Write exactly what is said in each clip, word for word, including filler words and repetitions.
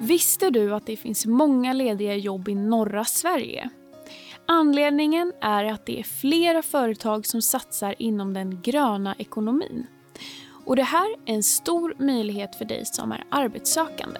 Visste du att det finns många lediga jobb i norra Sverige? Anledningen är att det är flera företag som satsar inom den gröna ekonomin. Och det här är en stor möjlighet för dig som är arbetssökande.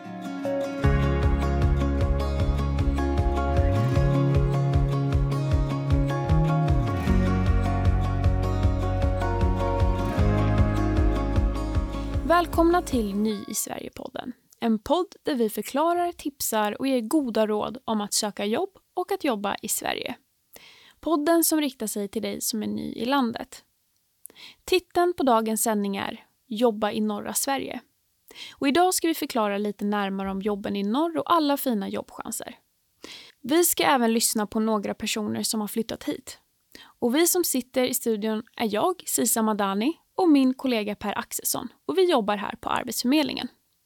Välkomna till Ny i Sverige-podden. En podd där vi förklarar, tipsar och ger goda råd om att söka jobb och att jobba i Sverige. Podden som riktar sig till dig som är ny i landet. Titeln på dagens sändning är Jobba i norra Sverige. Och idag ska vi förklara lite närmare om jobben i norr och alla fina jobbchanser. Vi ska även lyssna på några personer som har flyttat hit. Och vi som sitter i studion är jag, Sisa Madani, och min kollega Per Axelsson. Och vi jobbar här på Arbetsförmedlingen.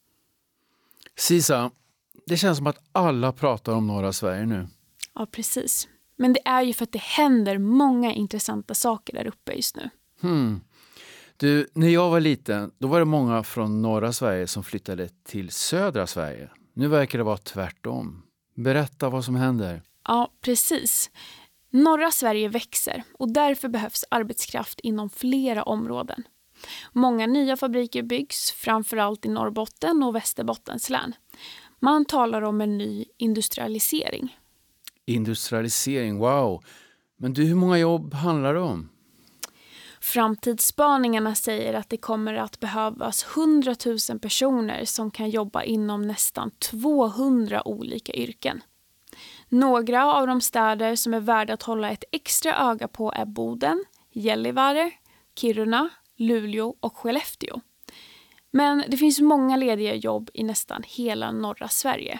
Sisa, det känns som att alla pratar om norra Sverige nu. Ja, precis. Men det är ju för att det händer många intressanta saker där uppe just nu. Hmm. Du, när jag var liten, då var det många från norra Sverige som flyttade till södra Sverige. Nu verkar det vara tvärtom. Berätta vad som händer. Ja, precis. Norra Sverige växer och därför behövs arbetskraft inom flera områden. Många nya fabriker byggs, framförallt i Norrbotten och Västerbottens län. Man talar om en ny industrialisering. Industrialisering, wow. Men du, hur många jobb handlar det om? Framtidsspaningarna säger att det kommer att behövas hundratusen personer som kan jobba inom nästan tvåhundra olika yrken. Några av de städer som är värda att hålla ett extra öga på är Boden, Gällivare, Kiruna, Luleå och Skellefteå. Men det finns många lediga jobb i nästan hela norra Sverige.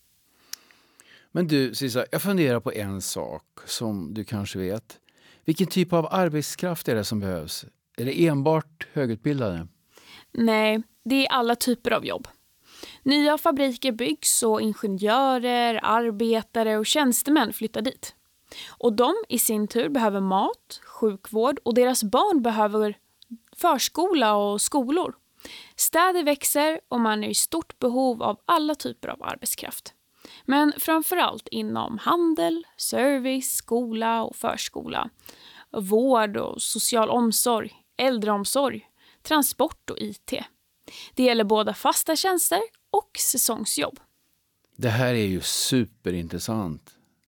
Men du, Sisa, jag funderar på en sak som du kanske vet. Vilken typ av arbetskraft är det som behövs? Är det enbart högutbildade? Nej, det är alla typer av jobb. Nya fabriker byggs och ingenjörer, arbetare och tjänstemän flyttar dit. Och de i sin tur behöver mat, sjukvård och deras barn behöver förskola och skolor. Städer växer och man är i stort behov av alla typer av arbetskraft. Men framförallt inom handel, service, skola och förskola, vård och social omsorg, äldreomsorg, transport och I T. Det gäller både fasta tjänster och säsongsjobb. Det här är ju superintressant.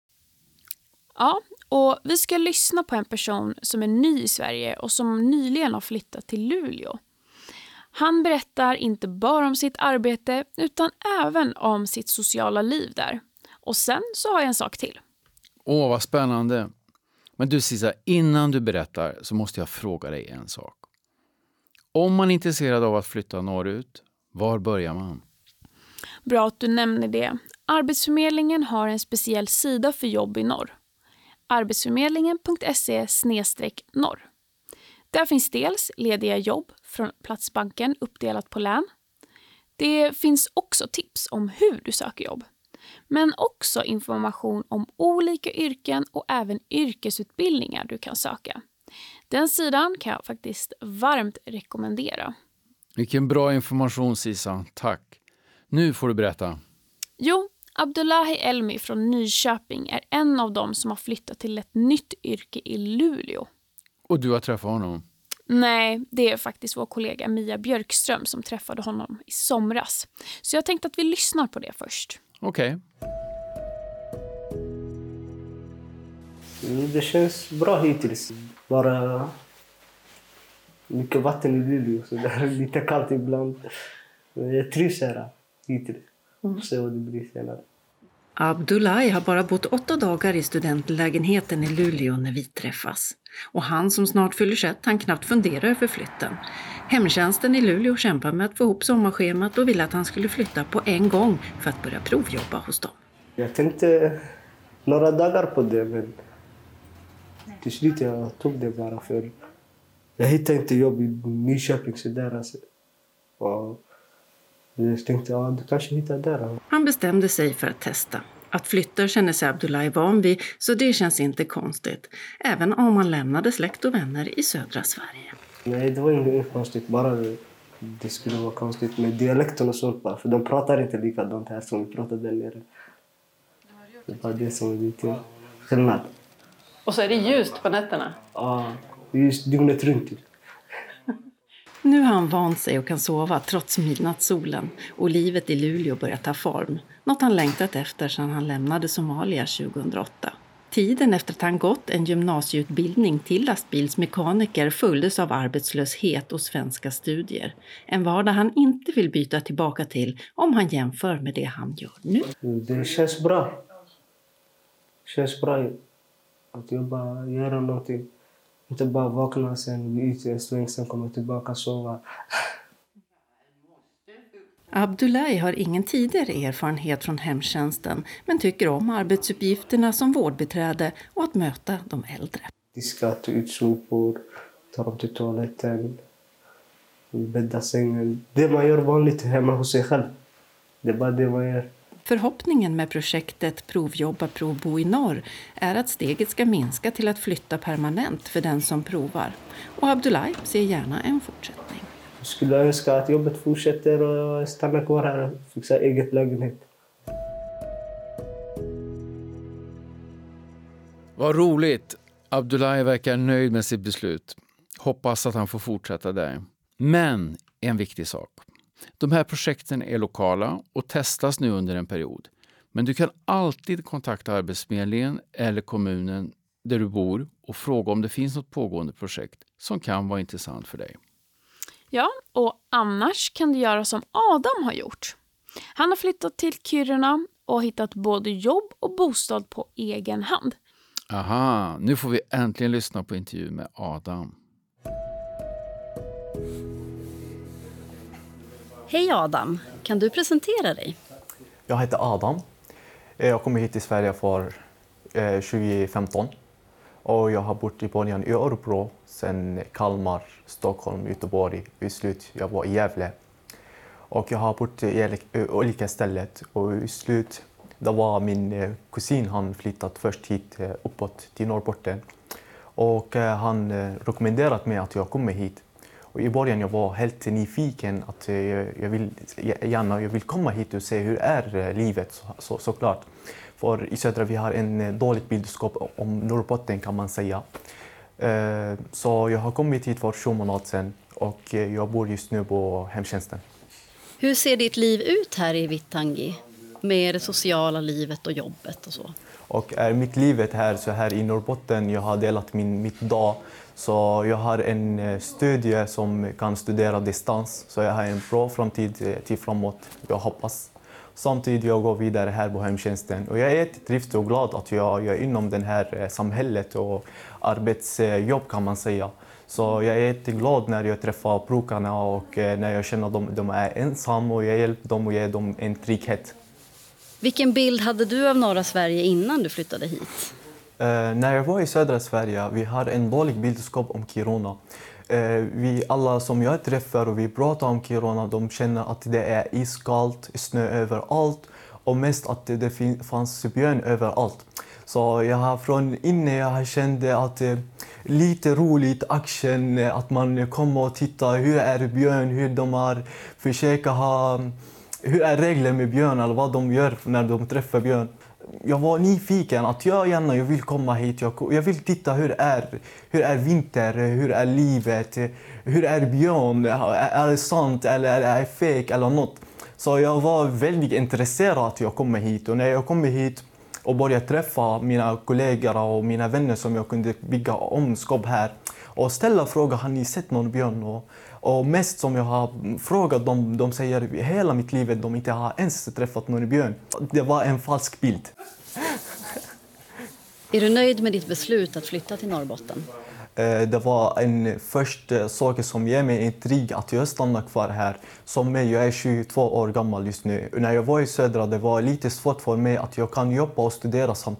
Ja, och vi ska lyssna på en person som är ny i Sverige och som nyligen har flyttat till Luleå. Han berättar inte bara om sitt arbete utan även om sitt sociala liv där. Och sen så har jag en sak till. Åh, vad spännande. Men du Sisa, innan du berättar så måste jag fråga dig en sak. Om man är intresserad av att flytta norrut, var börjar man? Bra att du nämner det. Arbetsförmedlingen har en speciell sida för jobb i norr. arbetsförmedlingen punkt se snedstreck norr. Där finns dels lediga jobb från Platsbanken uppdelat på län. Det finns också tips om hur du söker jobb. Men också information om olika yrken och även yrkesutbildningar du kan söka. Den sidan kan jag faktiskt varmt rekommendera. Vilken bra information, Sisa. Tack. Nu får du berätta. Jo, Abdullahi Elmi från Nyköping är en av dem som har flyttat till ett nytt yrke i Luleå. Och du har träffat honom? Nej, det är faktiskt vår kollega Mia Björkström som träffade honom i somras. Så jag tänkte att vi lyssnar på det först. Okej. Okay. Det känns bra hittills. Bara mycket vatten i Luleå, så det är lite kallt ibland. Jag trivs här hittills. Mm. Se vad det blir senare. Abdullahi har bara bott åtta dagar i studentlägenheten i Luleå när vi träffas. Och han som snart fyller tjugoett, han knappt funderar över flytten. Hemtjänsten i Luleå kämpar med att få ihop sommarschemat och ville att han skulle flytta på en gång för att börja provjobba hos dem. Jag tänkte några dagar på det, men till slut jag tog det bara för jag hittade inte jobb i Nyköping så där alltså. Och jag tänkte, ja, du kanske hittar där. Han bestämde sig för att testa. Att flytta känner sig Abdullahi van vid, så det känns inte konstigt. Även om han lämnade släkt och vänner i södra Sverige. Nej, det var inget konstigt. Bara det skulle vara konstigt med dialekten och sånt bara. För de pratar inte likadant här som vi pratar där nere. Det var det som är lite skillnad. Och så är det ljust på nätterna? Ja, det är just dygnet runt. Nu har han vant sig och kan sova trots midnattssolen och livet i Luleå börjar ta form. Något han längtat efter sedan han lämnade Somalia tjugohundraåtta. Tiden efter att han gått en gymnasieutbildning till lastbilsmekaniker följdes av arbetslöshet och svenska studier. En vardag han inte vill byta tillbaka till om han jämför med det han gör nu. Det känns bra. Det känns bra att jobba, göra någonting. Inte bara vakna sen, gå ut en sväng, sen komma tillbaka och sova. Abdullahi har ingen tidigare erfarenhet från hemtjänsten men tycker om arbetsuppgifterna som vårdbiträde och att möta de äldre. Diska, ta ut sopor, ta dem till toaletten, bädda sängen. Det man gör vanligt hemma hos sig själv. Det är bara det man gör. Förhoppningen med projektet Provjobba Provbo i norr är att steget ska minska till att flytta permanent för den som provar. Och Abdullahi ser gärna en fortsättning. Jag skulle önska att jobbet fortsätter och stanna kvar här och fixa eget lägenhet. Vad roligt! Abdullahi verkar nöjd med sitt beslut. Hoppas att han får fortsätta där. Men en viktig sak. De här projekten är lokala och testas nu under en period. Men du kan alltid kontakta Arbetsförmedlingen eller kommunen där du bor och fråga om det finns något pågående projekt som kan vara intressant för dig. Ja, och annars kan du göra som Adam har gjort. Han har flyttat till Kiruna och hittat både jobb och bostad på egen hand. Aha, nu får vi äntligen lyssna på intervju med Adam. Hej Adam, kan du presentera dig? Jag heter Adam. Jag kom hit till Sverige för tjugo femton. Och jag har bott i början i Örebro, sen Kalmar, Stockholm, Göteborg, i slut jag var i Gävle. Och jag har bott i olika ställen och i slut det var min kusin, han flyttat först hit uppåt till Norrbotten. Och han rekommenderat mig att jag kommer hit. Och i början jag var helt nyfiken att jag vill gärna jag vill komma hit och se hur är livet så, så, såklart. För i södra vi har en dåligt bildskap om Norrbotten kan man säga. Så jag har kommit hit för sju månader sedan och jag bor just nu på hemtjänsten. Hur ser ditt liv ut här i Vittangi med det sociala livet och jobbet och så? Och är mitt liv här så här i Norrbotten jag har delat min mitt dag så jag har en studie som kan studera distans så jag har en bra framtid till framåt jag hoppas. Samtidigt jag går vidare här på hemtjänsten och jag är trivs och glad att jag, jag är inom den här samhället och arbetsjobb kan man säga. Så jag är jätteglad när jag träffar brukarna och när jag känner att de, de är ensamma och jag hjälper dem och ger dem en trygghet. Vilken bild hade du av norra Sverige innan du flyttade hit? Uh, när jag var i södra Sverige, vi har en dålig bildskap om Kiruna. Uh, vi alla som jag träffar och vi pratar om Kiruna, de känner att det är iskallt, snö överallt och mest att det, det fin- fanns björn överallt. Så jag har från inne jag har känt att uh, lite roligt action, att man kommer och tittar hur är björn, hur de har försökt ha, hur är regler med björn eller vad de gör när de träffar björn. Jag var nyfiken att jag gärna jag vill komma hit. Jag, jag vill titta hur är hur är vinter, hur är livet, hur är björn, är, är det sant eller är det fake eller något. Så jag var väldigt intresserad att jag kommer hit och när jag kommer hit och började träffa mina kollegor och mina vänner som jag kunde bygga omskap här och ställa frågor, har ni sett någon björn? Och, och mest som jag har frågat dem, de säger hela mitt liv att de inte har ens träffat någon björn. Det var en falsk bild. Är du nöjd med ditt beslut att flytta till Norrbotten? Det var en första sak som ger mig en trygg att jag stannar kvar här. Som mig, jag är tjugotvå år gammal just nu. När jag var i södra det var lite svårt för mig att jag kan jobba och studera samtidigt.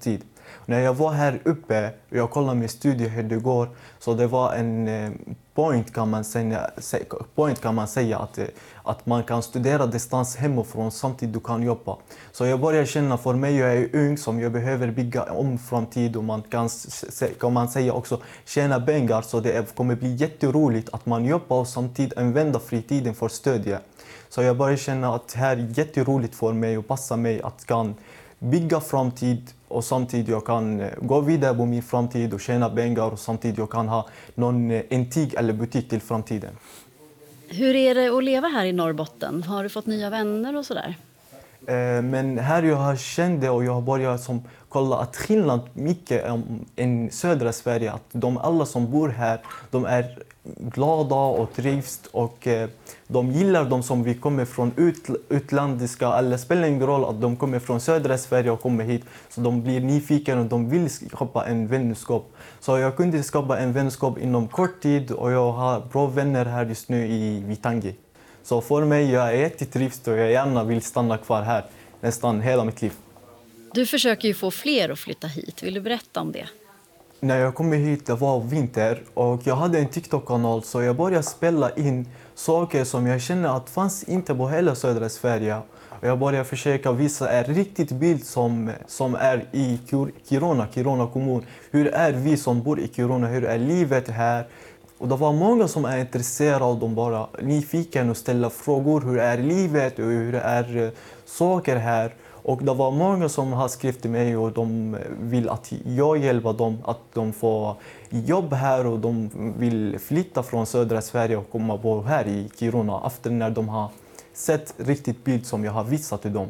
När jag var här uppe och jag kollade min studie hur det går, så det var en eh, point kan man säga, point kan man säga att, att man kan studera distans hemifrån samtidigt du kan jobba. Så jag började känna, för mig, jag är ung som jag behöver bygga om framtid och man kan, kan man säga också tjäna pengar, så det kommer bli jätteroligt att man jobbar och samtidigt använda fritiden för studier. Så jag började känna att det här är jätteroligt för mig och passar mig att kan bygga framtid och samtidigt jag kan gå vidare på min framtid och tjäna pengar och samtidigt jag kan ha någon intyg eller butik till framtiden. Hur är det att leva här i Norrbotten? Har du fått nya vänner och sådär? Men här jag har känt det och jag har börjat som kolla att skillnad mycket än södra Sverige, att de alla som bor här, de är glada och trivs och de gillar de som vi kommer från ut, utlandiska, eller spelar ingen roll att de kommer från södra Sverige och kommer hit, så de blir nyfikna och de vill skapa en vänskap. Så jag kunde skapa en vänskap inom kort tid och jag har bra vänner här just nu i Vittangi. Så för mig, jag är jättetrivs och jag gärna vill stanna kvar här nästan hela mitt liv. Du försöker ju få fler att flytta hit. Vill du berätta om det? När jag kom hit, det var vinter och jag hade en TikTok-kanal, så jag började spela in saker som jag känner att fanns inte på hela södra Sverige. Och jag började försöka visa en riktigt bild som, som är i Kiruna, Kiruna kommun. Hur är vi som bor i Kiruna? Hur är livet här? Och det var många som är intresserade och de bara nyfikna och ställa frågor. Hur är livet och hur är saker här? Och det var många som har skrivit till mig och de vill att jag hjälper dem att de får jobb här och de vill flytta från södra Sverige och komma bo här i Kiruna efter när de har sett riktigt bild som jag har visat till dem.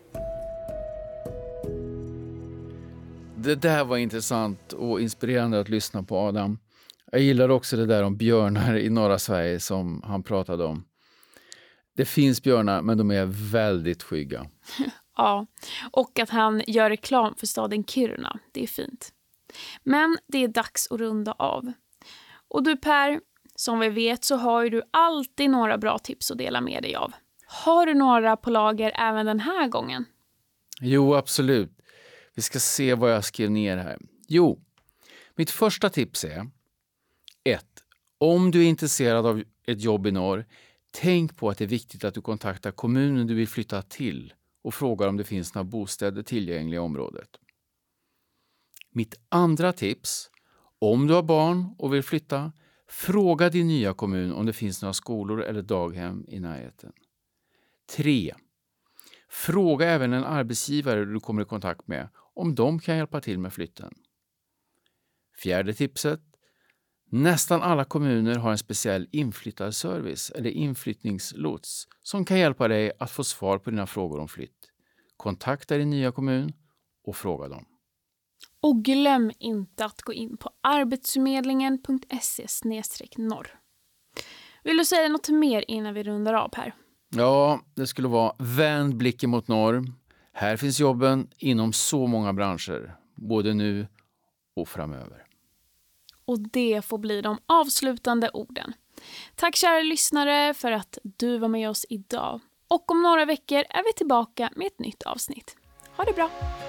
Det där var intressant och inspirerande att lyssna på, Adam. Jag gillar också det där om björnar i norra Sverige som han pratade om. Det finns björnar, men de är väldigt skygga. Ja, och att han gör reklam för staden Kiruna. Det är fint. Men det är dags att runda av. Och du Per, som vi vet så har ju du alltid några bra tips att dela med dig av. Har du några på lager även den här gången? Jo, absolut. Vi ska se vad jag skrev ner här. Jo, mitt första tips är ett. Om du är intresserad av ett jobb i norr, tänk på att det är viktigt att du kontaktar kommunen du vill flytta till och frågar om det finns några bostäder tillgängliga i området. Mitt andra tips, om du har barn och vill flytta, fråga din nya kommun om det finns några skolor eller daghem i närheten. tre. Fråga även en arbetsgivare du kommer i kontakt med om de kan hjälpa till med flytten. Fjärde tipset. Nästan alla kommuner har en speciell inflyttarservice eller inflyttningslots som kan hjälpa dig att få svar på dina frågor om flytt. Kontakta din nya kommun och fråga dem. Och glöm inte att gå in på arbetsförmedlingen punkt se slash norr. Vill du säga något mer innan vi rundar av här? Ja, det skulle vara vänd blicken mot norr. Här finns jobben inom så många branscher, både nu och framöver. Och det får bli de avslutande orden. Tack kära lyssnare för att du var med oss idag. Och om några veckor är vi tillbaka med ett nytt avsnitt. Ha det bra!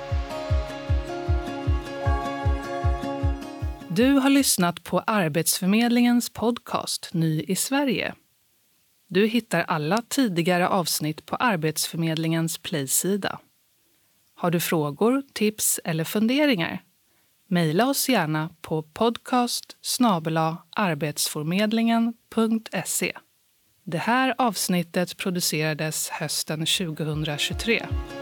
Du har lyssnat på Arbetsförmedlingens podcast Ny i Sverige. Du hittar alla tidigare avsnitt på Arbetsförmedlingens Play-sida. Har du frågor, tips eller funderingar? Maila oss gärna på podcast snabel-a arbetsförmedlingen punkt se. Det här avsnittet producerades hösten tjugohundratjugotre.